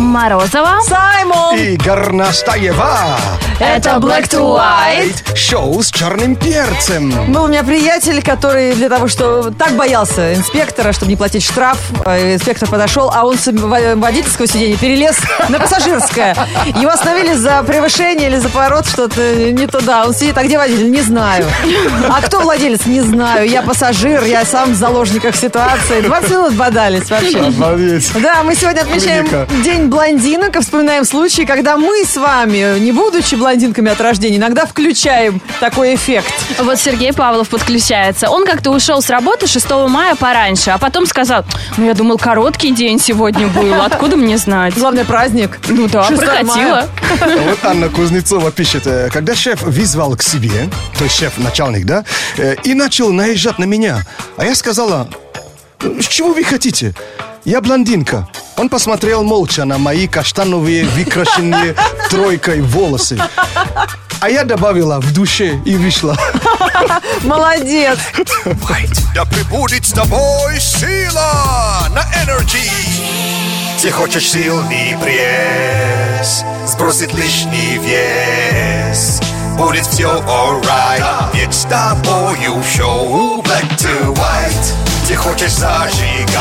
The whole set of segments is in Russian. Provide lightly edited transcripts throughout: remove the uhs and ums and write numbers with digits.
Морозова, Саймон и Горностаева. Это Black to White. Шоу с черным перцем. Был у меня приятель, который для того, что так боялся инспектора, чтобы не платить штраф. Инспектор подошел, а он с водительского сиденья перелез на пассажирское. Его остановили за превышение или за поворот, что-то не туда. Он сидит, а где водитель? Не знаю. А кто владелец? Не знаю. Я пассажир, я сам в заложниках ситуации. 20 минут бодались вообще. Обалдеть. Да, мы сегодня отмечаем День блондинок и вспоминаем случаи, когда мы с вами, не будучи блондинками от рождения, иногда включаем такой эффект. Вот Сергей Павлов подключается. Он как-то ушел с работы 6 мая пораньше, а потом сказал: ну, я думал, короткий день сегодня был, откуда мне знать? Главное, праздник. Ну да, прокатило. Вот Анна Кузнецова пишет: когда шеф вызвал к себе, то есть шеф-начальник, да, и начал наезжать на меня, а я сказала: чего вы хотите? Я блондинка. Он посмотрел молча на мои каштановые, выкрашенные тройкой волосы. А я добавила в душе и вышла. Молодец. Да пребудет с тобой сила на Energy. Ты хочешь сильный пресс, сбросить лишний вес. Будет все alright, ведь с тобою шоу Black to White. Ты хочешь зажигать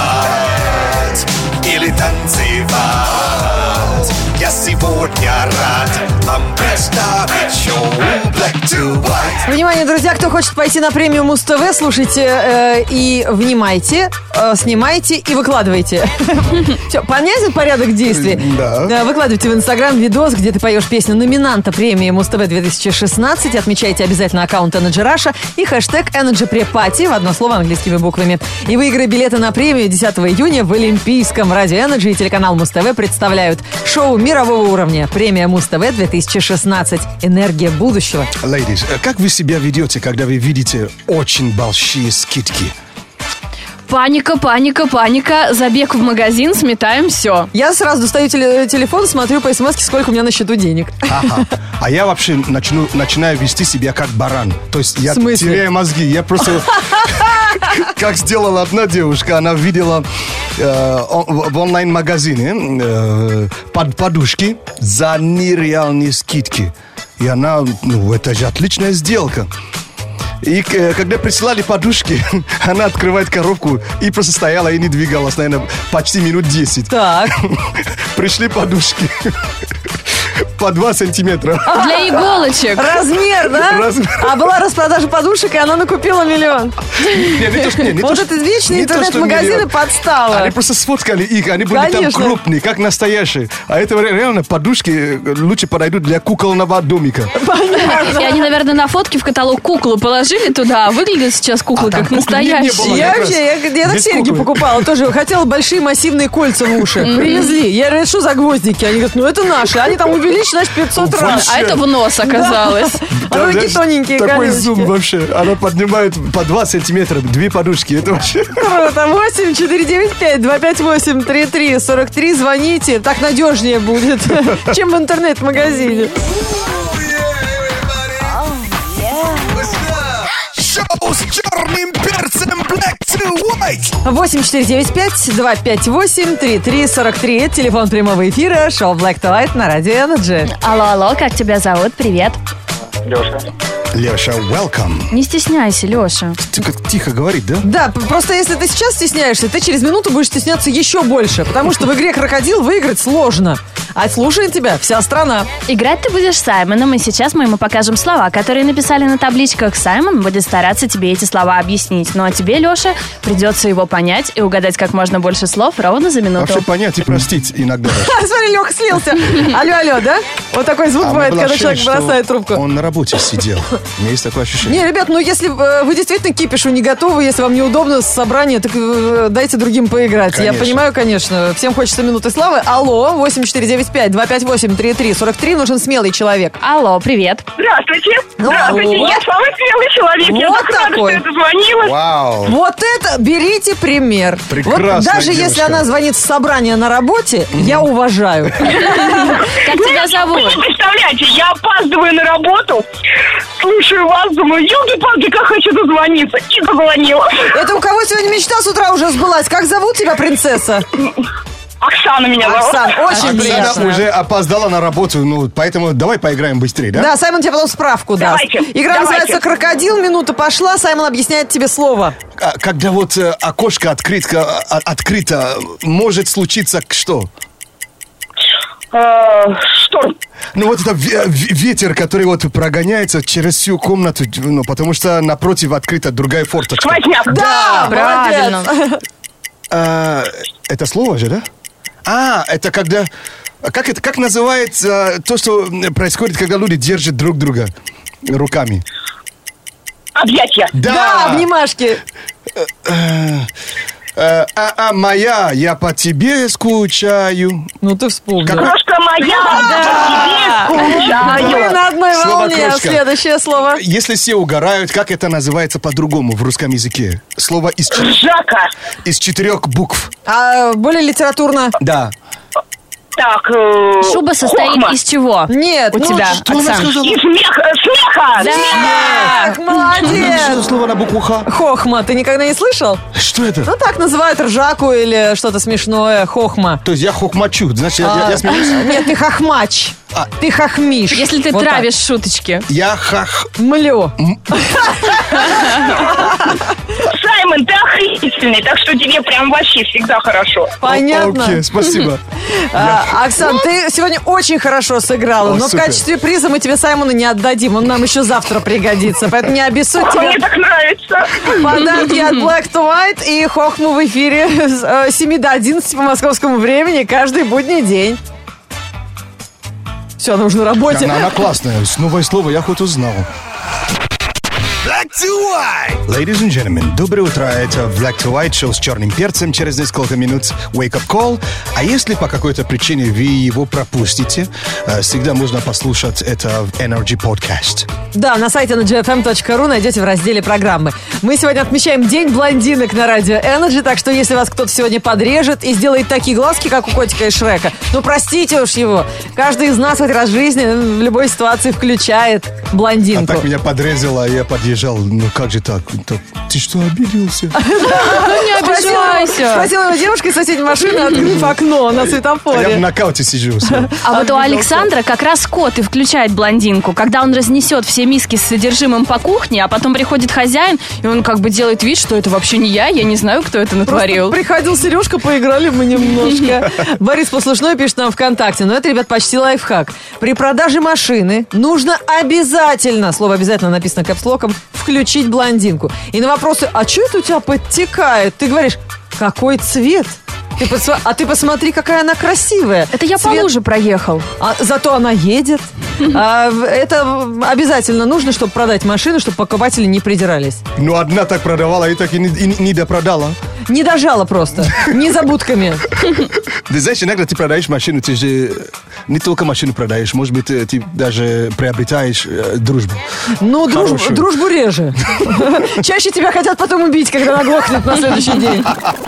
или танцевать? Я сегодня рад вам представить шоу Black to White. Внимание, друзья, кто хочет пойти на премию Муз-ТВ, слушайте и внимайте, снимайте и выкладывайте. Все, понятен порядок действий? Да. Выкладывайте в Инстаграм видос, где ты поешь песню номинанта премии Муз-ТВ 2016. Отмечайте обязательно аккаунт Energy Russia и хэштег Energy Pre-Party в одно слово английскими буквами. И выиграй билеты на премию 10 июня в Олимпийском. Радио Energy и телеканал Муз-ТВ представляют шоу мирового уровня. Премия Муз-ТВ 2016. Энергия будущего. Ladies, как вы себя ведете, когда вы видите очень большие скидки? Паника, паника, паника. Забег в магазин, сметаем все. Я сразу достаю телефон, смотрю по смс-ке, сколько у меня на счету денег. Ага. А я вообще начинаю вести себя как баран. То есть я В смысле? теряю мозги. Я просто... Как сделала одна девушка, она видела в онлайн-магазине под подушки за нереальные скидки. И она, это же отличная сделка. И когда присылали подушки, она открывает коробку и просто стояла и не двигалась, наверное, почти минут 10. Так. Пришли подушки по 2 сантиметра. Для иголочек. Размер, да? Размер. А была распродажа подушек, и она накупила 1 миллион. Вот это вечные интернет-магазины подстава. Они просто сфоткали их, они были там крупные, как настоящие. А это реально подушки лучше подойдут для кукольного домика. И они, наверное, на фотке в каталог куклы положили туда, а выглядят сейчас куклы как настоящие. Я вообще, я так серьги покупала тоже. Хотела большие массивные кольца в уши. Привезли. Я говорю, что за гвоздики? Они говорят, это наши. Они там увеличили, значит, 500 раз. А это в нос оказалось. А руки тоненькие, такой зум вообще. Она поднимает по 2 сантиметра 2 подушки. Это вообще... Круто. 8-495-258-33-43. Звоните. Так надежнее будет, чем в интернет-магазине. Шоу с черным перцем Black to White. 8-495-258-33-43. Телефон прямого эфира. Шоу Black to White на Радио Energy. Алло, как тебя зовут? Привет. Леша. Леша, welcome. Не стесняйся, Леша. Ты как тихо говорит, да? Да, просто если ты сейчас стесняешься, ты через минуту будешь стесняться еще больше, потому что в игре «Крокодил» выиграть сложно. А слушает тебя вся страна. Играть ты будешь с Саймоном, и сейчас мы ему покажем слова, которые написали на табличках. Саймон будет стараться тебе эти слова объяснить. Ну а тебе, Леша, придется его понять и угадать как можно больше слов ровно за минуту. Вообще понять и простить иногда. Смотри, Леха слился. Алло, да? Вот такой звук бывает, когда человек бросает трубку. Он на работе сидел. У меня есть такое ощущение. Не, ребят, если вы действительно к кипишу не готовы, если вам неудобно с собрания, так дайте другим поиграть. Конечно. Я понимаю, конечно. Всем хочется минуты славы. Алло, 8495-258-3343. Нужен смелый человек. Алло, привет. Здравствуйте. Здравствуйте. Вот. Я самый смелый человек. Я Вот так рада, такой. что я дозвонилась. Вау. Вот это берите пример. Прекрасная Вот даже если девушка. она звонит в собрание на работе, я уважаю. Как тебя Вы зовут? не представляете, я опаздываю на работу, слушаю вас, думаю, елки-палки, как хочу дозвониться. И дозвонила. Это у кого сегодня мечта с утра уже сбылась? Как зовут тебя, принцесса? Оксана меня зовут. Оксан, очень приятно. Оксана уже опоздала на работу, ну, поэтому давай поиграем быстрее, да? Да, Саймон тебе потом справку даст. Давайте, Игра давайте. называется «Крокодил». Минута пошла. Саймон объясняет тебе слово. Когда вот окошко открыто, может случиться что? Шторм. Ну вот это ветер, который вот прогоняется через всю комнату, ну, потому что напротив открыта другая форточка. Сквозняк. Да, правильно. молодец. Это слово же, да? Это когда... Как называется то, что происходит, когда люди держат друг друга руками? Объятия. Да, обнимашки. Моя, я по тебе скучаю. Ну, ты вспомнил. Крошка моя, по тебе Вы скучаю. на одной Слово волне. «крошка». Следующее слово. Если все угорают, как это называется по-другому в русском языке? Слово Жака. из 4 букв. Более литературно. Да. Так, Шуба состоит хохма. из чего? Нет, У тебя, Что она Оксан? сказала? Из смеха. Эх, Что молодец. за слово на букву Х? Хохма. Ты никогда не слышал? Что это? Ну, так называют ржаку или что-то смешное. Хохма. То есть я хохмачу, значит, я смеюсь? Нет, ты хохмач. Ты хохмишь. Если ты Вот так. травишь шуточки. Я хах... Млю. Саймон, ты охренительный, так что тебе прям вообще всегда хорошо. Понятно. Окей, спасибо. Оксан, ты сегодня очень хорошо сыграла, О, но в супер. качестве приза мы тебе Саймона не отдадим. Он нам еще завтра пригодится. Поэтому не обессудь Мне тебе так нравится. подарки от Black to White и Хохму в эфире с 7 до 11 по московскому времени каждый будний день. Все, нужно работе. Она классная. Новое слово я хоть узнал. Black to white. Ladies and gentlemen, доброе утро. Это Black to White, шоу с черным перцем. Через несколько минут Wake Up Call. А если по какой-то причине вы его пропустите, всегда можно послушать это в Energy Podcast. Да, на сайте energyfm.ru найдете в разделе программы. Мы сегодня отмечаем День блондинок на радио Energy, так что если вас кто-то сегодня подрежет и сделает такие глазки, как у котика и Шрека, ну простите уж его. Каждый из нас хоть раз в жизни в любой ситуации включает А блондинку. так меня подрезало, и я подъезжал. Ну как же так? Ты что, обиделся? Не обижайся. Спросила его девушка из соседней машины, открыв окно на Я в светофоре. нокауте сижу. А вот у Александра как раз кот и включает блондинку, когда он разнесет все миски с содержимым по кухне, а потом приходит хозяин, и он как бы делает вид, что это вообще не я не знаю, кто это натворил. Просто приходил Сережка, поиграли мы немножко. Борис Послушной пишет нам ВКонтакте. Но это, ребят, почти лайфхак. При продаже машины нужно обязательно, слово обязательно написано капслоком, включить блондинку. И на вопросы, а что это у тебя подтекает? Ты говоришь, какой цвет? А ты посмотри, какая она красивая. Это я по Цвет- луже проехал. Зато она едет. Это обязательно нужно, чтобы продать машину, чтобы покупатели не придирались. Ну, одна так продавала, и так и не допродала. Не дожала просто. Не за будками. Ты знаешь, иногда ты продаешь машину, ты же не только машину продаешь, может быть, ты даже приобретаешь дружбу. Ну, Хорошую. дружбу реже. Чаще тебя хотят потом убить, когда наглохнет на следующий день.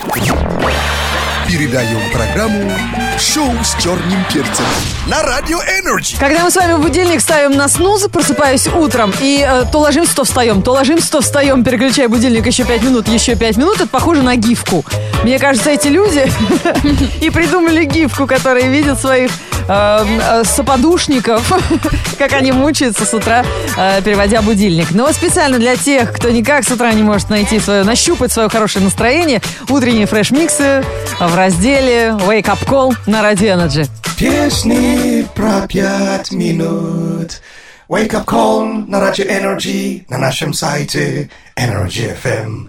Передаем программу «Шоу с черным перцем» на Радио Energy. Когда мы с вами будильник ставим на снуз, просыпаюсь утром, и то ложимся, то встаем, переключая будильник еще 5 минут, это похоже на гифку. Мне кажется, эти люди и придумали гифку, которые видят своих соподушников, как они мучаются с утра, переводя будильник. Но специально для тех, кто никак с утра не может нащупать свое хорошее настроение, утренние фреш-миксы в разделе Wake Up Call на Радио Energy. Песни про 5 минут. Wake Up Call на Радио Energy на нашем сайте energyfm.ru.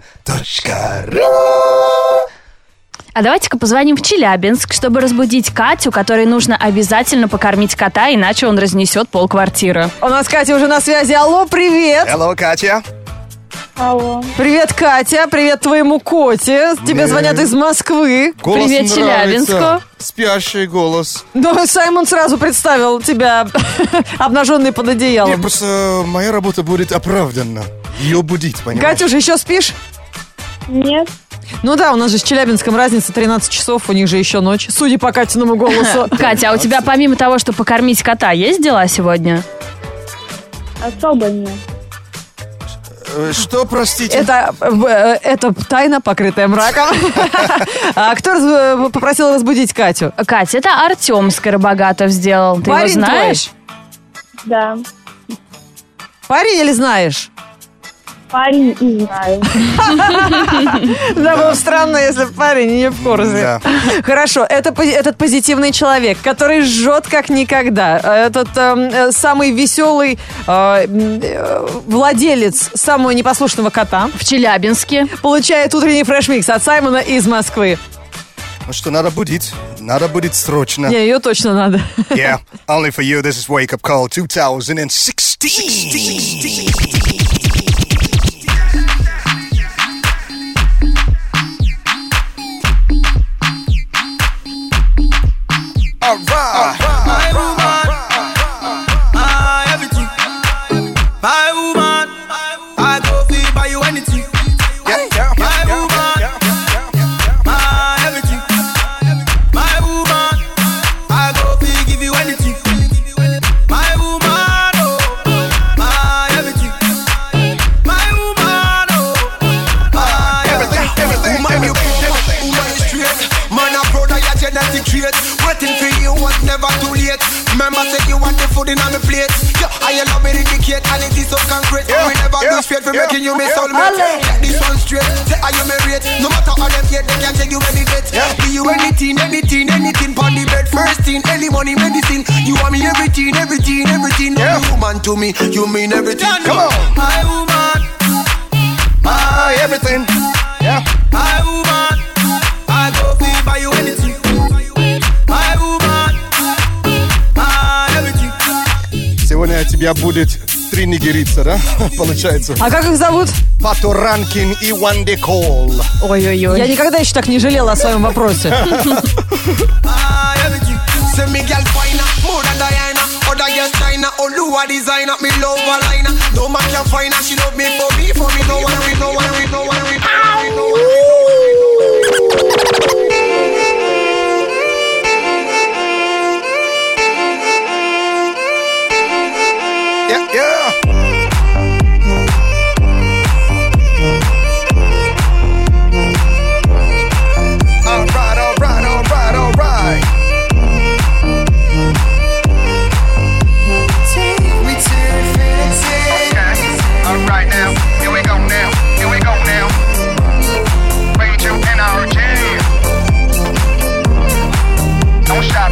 А давайте-ка позвоним в Челябинск, чтобы разбудить Катю, которой нужно обязательно покормить кота, иначе он разнесет полквартиры. У нас Катя уже на связи. Алло, привет! Hello, Катя. Алло. Привет, Катя, привет твоему коте. Тебе звонят из Москвы. Голос Привет, нравится. Челябинску. Спящий голос. Но Саймон сразу представил тебя обнаженный под Нет, одеялом. просто моя работа будет оправдана. Ее будить, понимаешь? Катюша, еще спишь? Нет. Ну да, у нас же с Челябинском разница 13 часов, у них же еще ночь, судя по Катиному голосу. Катя, а у тебя помимо того, что покормить кота, есть дела сегодня? Особо нет. Что, простите? Это тайна, покрытая мраком. А кто попросил разбудить Катю? Катя, это Артем Скоробогатов сделал. Ты Парень его знаешь? Да. Парень или знаешь? Парень не знаю. Да, было бы странно, если бы парень не в курсе. Да. Хорошо, этот позитивный человек, который жжет как никогда. Этот самый веселый владелец самого непослушного кота В Челябинске. получает утренний фреш-микс от Саймона из Москвы. Ну что, надо будет срочно. Не, ее точно надо. Yeah, only for you, this is Wake Up Call 2016. All right. My woman, everything. My woman, I go feel buy you anything. My woman, everything. My woman, I go feel give you anything. My woman, oh, everything. My woman, oh, everything. Woman, you woman is straight. Man, a brother, your genetic trait. Waiting for you was never too late. Remember, say you want the food in on the plate. Yeah, I love it indicate and it is so concrete. We never do straight for making you my soulmate. Get this one straight. Say I am a rate. No matter how them hate, they can't take you any bit. Do you anything on the bed? First thing, any money, medicine. You want me everything. No, you woman to me, you mean everything. Come on. My woman, Everything. Yeah. my woman, I go feel buy you anything. My woman, everything. Сегодня у тебя будет 3 нигерийца, да? Получается. А как их зовут? Пато Ранкин и Ванде Кол. Ой-ой-ой. Я никогда еще так не жалела о своем вопросе. Everything. Say me girl finer, more than Diana. Other girls China, Oluwa designer. Me love her liner. No man can find her. She love me for me. No worry, no worry, no worry, no worry, no worry. Yeah. All right. Take me to infinity. Okay. All right now. Here we go now. Radio NRJ. Don't stop.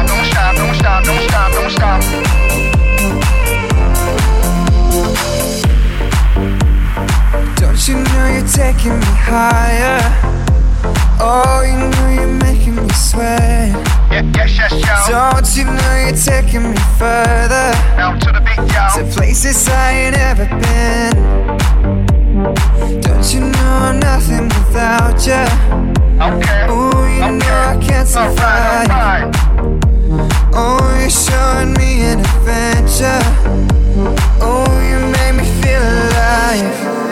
Don't you know you're taking me higher? Oh, you know you're making me sweat. Yes, yo. Don't you know you're taking me further? Now to the beat, To y'all. places I ain't ever been. Don't you know I'm nothing without you? Okay. Oh, you know I can't survive. Alright. Oh, you're showing me an adventure. Oh, you make me feel alive.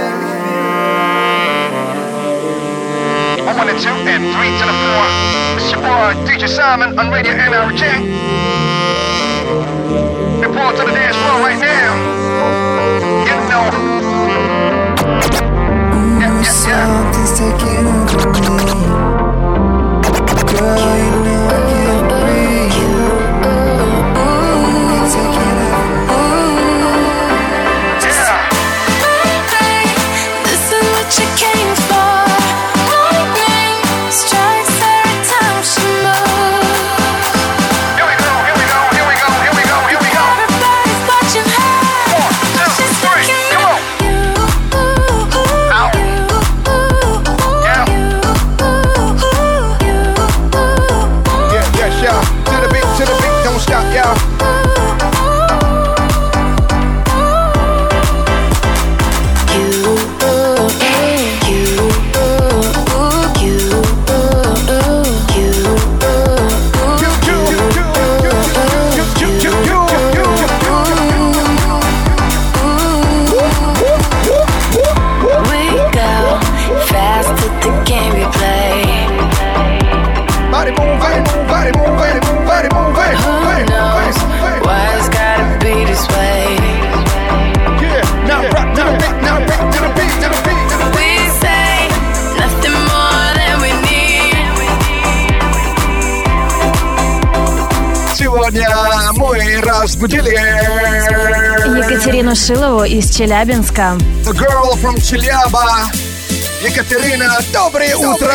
1 and 2 and 3 to the 4. It's your boy DJ Simon on Radio NRJ. Report to the dance floor right now. You know. Yeah. Something's taking over me. Girl, you know I can't breathe. You're taking over me. Yeah. This is what you came for. Lightning strikes every time she moves. Here we go. Everybody's watching her. 1, 2, 3, come on. You, Out. Yeah. сегодня мы разбудили. Екатерину Шилову из Челябинска. The girl from Челяба. Екатерина, доброе утро.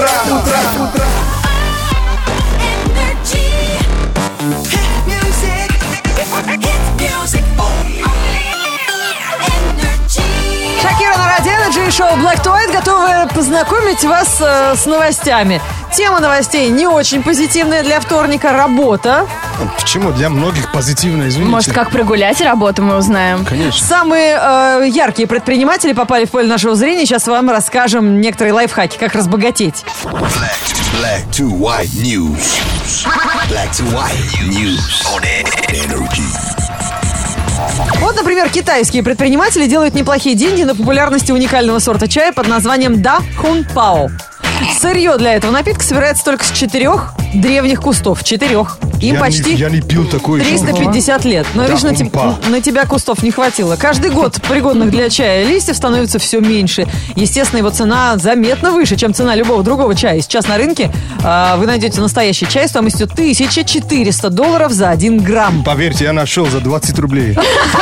Шакира на Радио Energy и шоу Black to White готовы познакомить вас с новостями. Тема новостей не очень позитивная для вторника. Работа. Почему? Для многих позитивно, извините. Может, как прогулять работу мы узнаем. Конечно. Самые яркие предприниматели попали в поле нашего зрения. Сейчас вам расскажем некоторые лайфхаки, как разбогатеть. Black to white news. Black to white news on Energy. Вот, например, китайские предприниматели делают неплохие деньги на популярности уникального сорта чая под названием Да Хун Пао. Сырье для этого напитка собирается только с 4 древних кустов. 4. Им почти Я не пил такой. 350 лет. Но, видишь, на тебя кустов не хватило. Каждый год пригодных для чая листьев становится все меньше. Естественно, его цена заметно выше, чем цена любого другого чая. Сейчас на рынке вы найдете настоящий чай стоимостью $1400 за 1 грамм. Поверьте, я нашел за 20 рублей.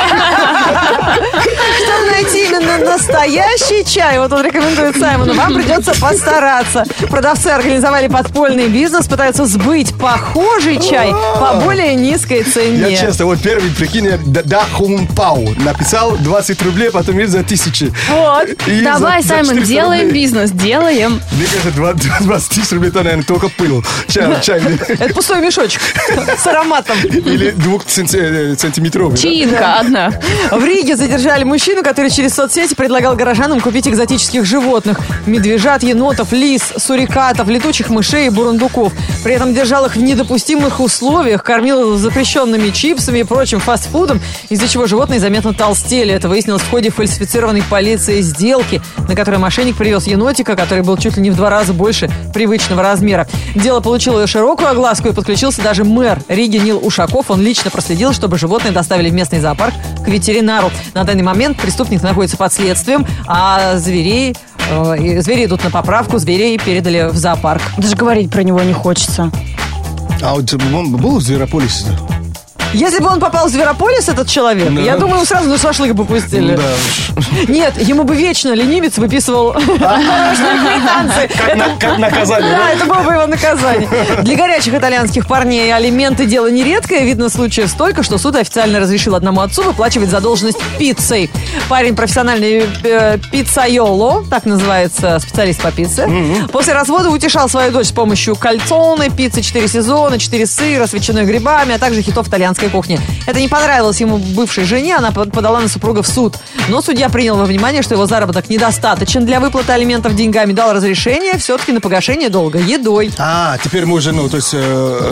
Чтобы найти именно настоящий чай, вот он рекомендует Саймону, вам придется постараться. Продавцы организовали подпольный бизнес, пытаются сбыть похожий чай по более низкой цене. Я честно, вот первый, прикинь, я Да Хун Пао написал 20 рублей, потом есть за 1000. Вот. И Давай, за Саймон, 400 делаем рублей. бизнес, делаем. Мне кажется, 20 тысяч рублей, это, наверное, только пыл. Чай. Это пустой мешочек с ароматом. Или 2-сантиметровый. Чаинка одна. В Риге задержали мужчину, который через соцсети предлагал горожанам купить экзотических животных. Медвежат, енотов, лис, сурикатов, летучих мышей и бурундуков. При этом держал их в недопустимых условиях, кормил запрещенными чипсами и прочим фастфудом, из-за чего животные заметно толстели. Это выяснилось в ходе фальсифицированной полицией сделки, на которой мошенник привез енотика, который был чуть ли не в 2 раза больше привычного размера. Дело получило широкую огласку, и подключился даже мэр Риги Нил Ушаков. Он лично проследил, чтобы животные доставили в местный зоопарк к ветеринару. На данный момент преступник находится под следствием, а звери идут на поправку, зверей передали в зоопарк. Даже говорить про него не хочется. А вот он был в Зверополисе? Если бы он попал в Зверополис, этот человек, Да. я думаю, ему сразу на шашлык бы пустили. Да. Нет, ему бы вечно ленивец выписывал квитанции. Как наказание, Да, это было бы его наказание. Для горячих итальянских парней алименты дело нередкое. Видно, случаев столько, что суд официально разрешил одному отцу выплачивать задолженность пиццей. Парень профессиональный пиццайоло, так называется специалист по пицце. После развода утешал свою дочь с помощью кальцоны, пиццы 4 сезона, 4 сыра с ветчиной и грибами, а также хитов итальянской кухни. Это не понравилось ему бывшей жене, она подала на супруга в суд. Но судья принял во внимание, что его заработок недостаточен для выплаты алиментов деньгами, дал разрешение все-таки на погашение долга едой. Теперь мы уже, то есть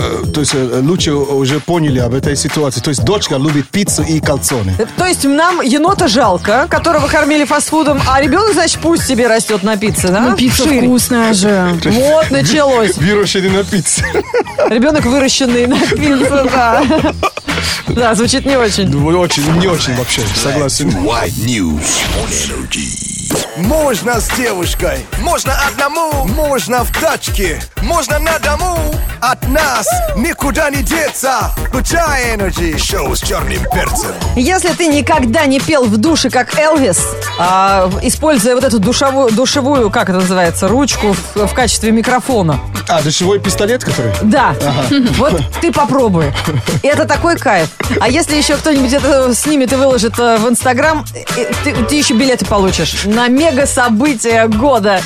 лучше уже поняли об этой ситуации. То есть дочка любит пиццу и кальцоны. То есть нам енота жалко, которого кормили фастфудом, а ребенок, значит, пусть себе растет на пицце, да? Ну, пицца Вширь. вкусная же. Вот, началось. Выращенный на пицце. Ребенок, выращенный на пицце, да. Да, звучит не очень. Не очень вообще, согласен. White news on Energy. Можно с девушкой, можно одному, можно в тачке, можно на дому. От нас никуда не деться. Включай Energy. Шоу с черным перцем. Если ты никогда не пел в душе, как Элвис, используя вот эту душевую, как это называется, ручку в качестве микрофона. Душевой пистолет, который? Да, вот ты попробуй. Это такой кайф. А если еще кто-нибудь это снимет и выложит в Инстаграм, ты еще билеты получишь на мега-событие года.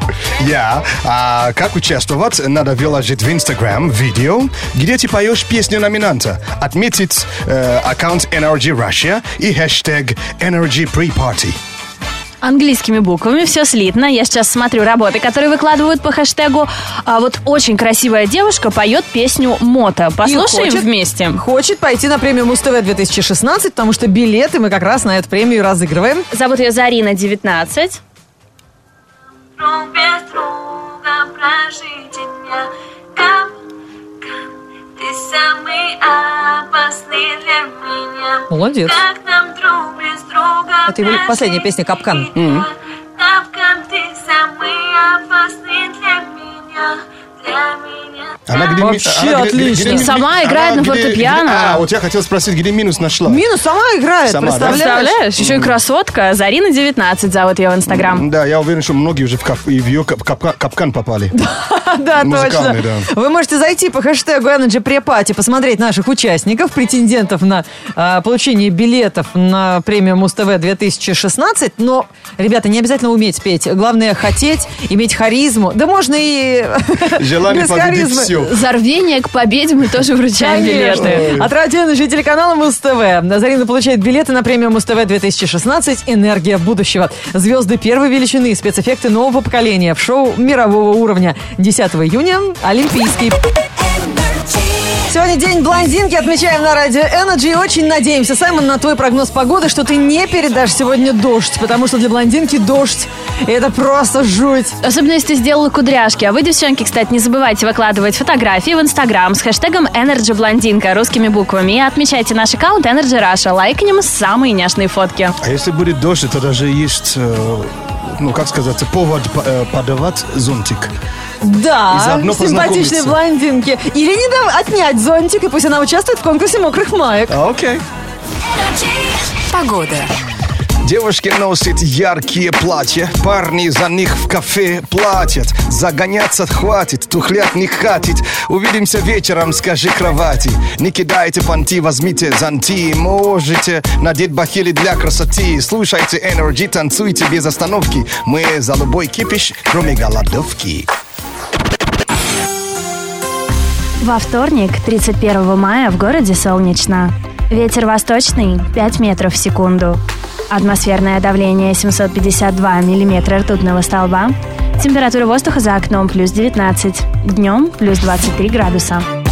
Как участвовать? Надо выложить в Instagram видео, где ты поешь песню номинанта, отметить аккаунт Energy Russia и хэштег Energy Pre-Party. Английскими буквами, все слитно. Я сейчас смотрю работы, которые выкладывают по хэштегу. Вот очень красивая девушка поет песню «Мото». Послушаем вместе. Хочет пойти на премию Муз-ТВ 2016, потому что билеты мы как раз на эту премию разыгрываем. Зовут ее Зарина, 19. Друг без друга прожить дня. Кап, ты самый опасный для меня. Молодец. Как нам друг без друга Это его последняя песня «Капкан». Капкан, ты самый опасный для меня. Вообще отлично. И сама играет на фортепиано. Вот я хотел спросить, где минус нашла? Минус сама играет, Сама, да? Представляешь? Еще и красотка. Зарина 19 зовут ее в Инстаграм. Да, я уверен, что многие уже в ее капкан попали. Да, точно. Музыкальный, да. Вы можете зайти по хэштегу Energy Pre-Party, посмотреть наших участников, претендентов на получение билетов на премию Муз-ТВ 2016. Но, ребята, не обязательно уметь петь. Главное хотеть, иметь харизму. Да можно и Желание без победить харизмы. все. За рвение к победе мы тоже вручаем билеты. От Радио Energy и телеканала Муз-ТВ. Зарина получает билеты на премию Муз-ТВ 2016 «Энергия будущего». Звезды первой величины, спецэффекты нового поколения в шоу мирового уровня. 10 июня Олимпийский. Сегодня день блондинки, отмечаем на Радио Energy. И очень надеемся, Саймон, на твой прогноз погоды, что ты не передашь сегодня дождь, потому что для блондинки дождь — это просто жуть. Особенно, если ты сделала кудряшки. А вы, девчонки, кстати, не забывайте выкладывать фотографии в Инстаграм с хэштегом EnergyBlondinka русскими буквами. И отмечайте наш аккаунт Energy Russia. Лайкнем самые няшные фотки. А если будет дождь, то даже есть, повод подавать зонтик. И Да, заодно симпатичные познакомиться. блондинки. Или не отнять зонтик, и пусть она участвует в конкурсе мокрых маек. Окей. Погода. Девушки носят яркие платья, парни за них в кафе платят. Загоняться хватит, тухлят не хватит. Увидимся вечером, скажи кровати. Не кидайте понти, возьмите зонти. Можете надеть бахили для красоты. Слушайте Energy, танцуйте без остановки. Мы за любой кипиш, кроме голодовки. Во вторник, 31 мая, в городе солнечно. Ветер восточный 5 метров в секунду. Атмосферное давление 752 миллиметра ртутного столба. Температура воздуха за окном плюс 19. Днем плюс 23 градуса.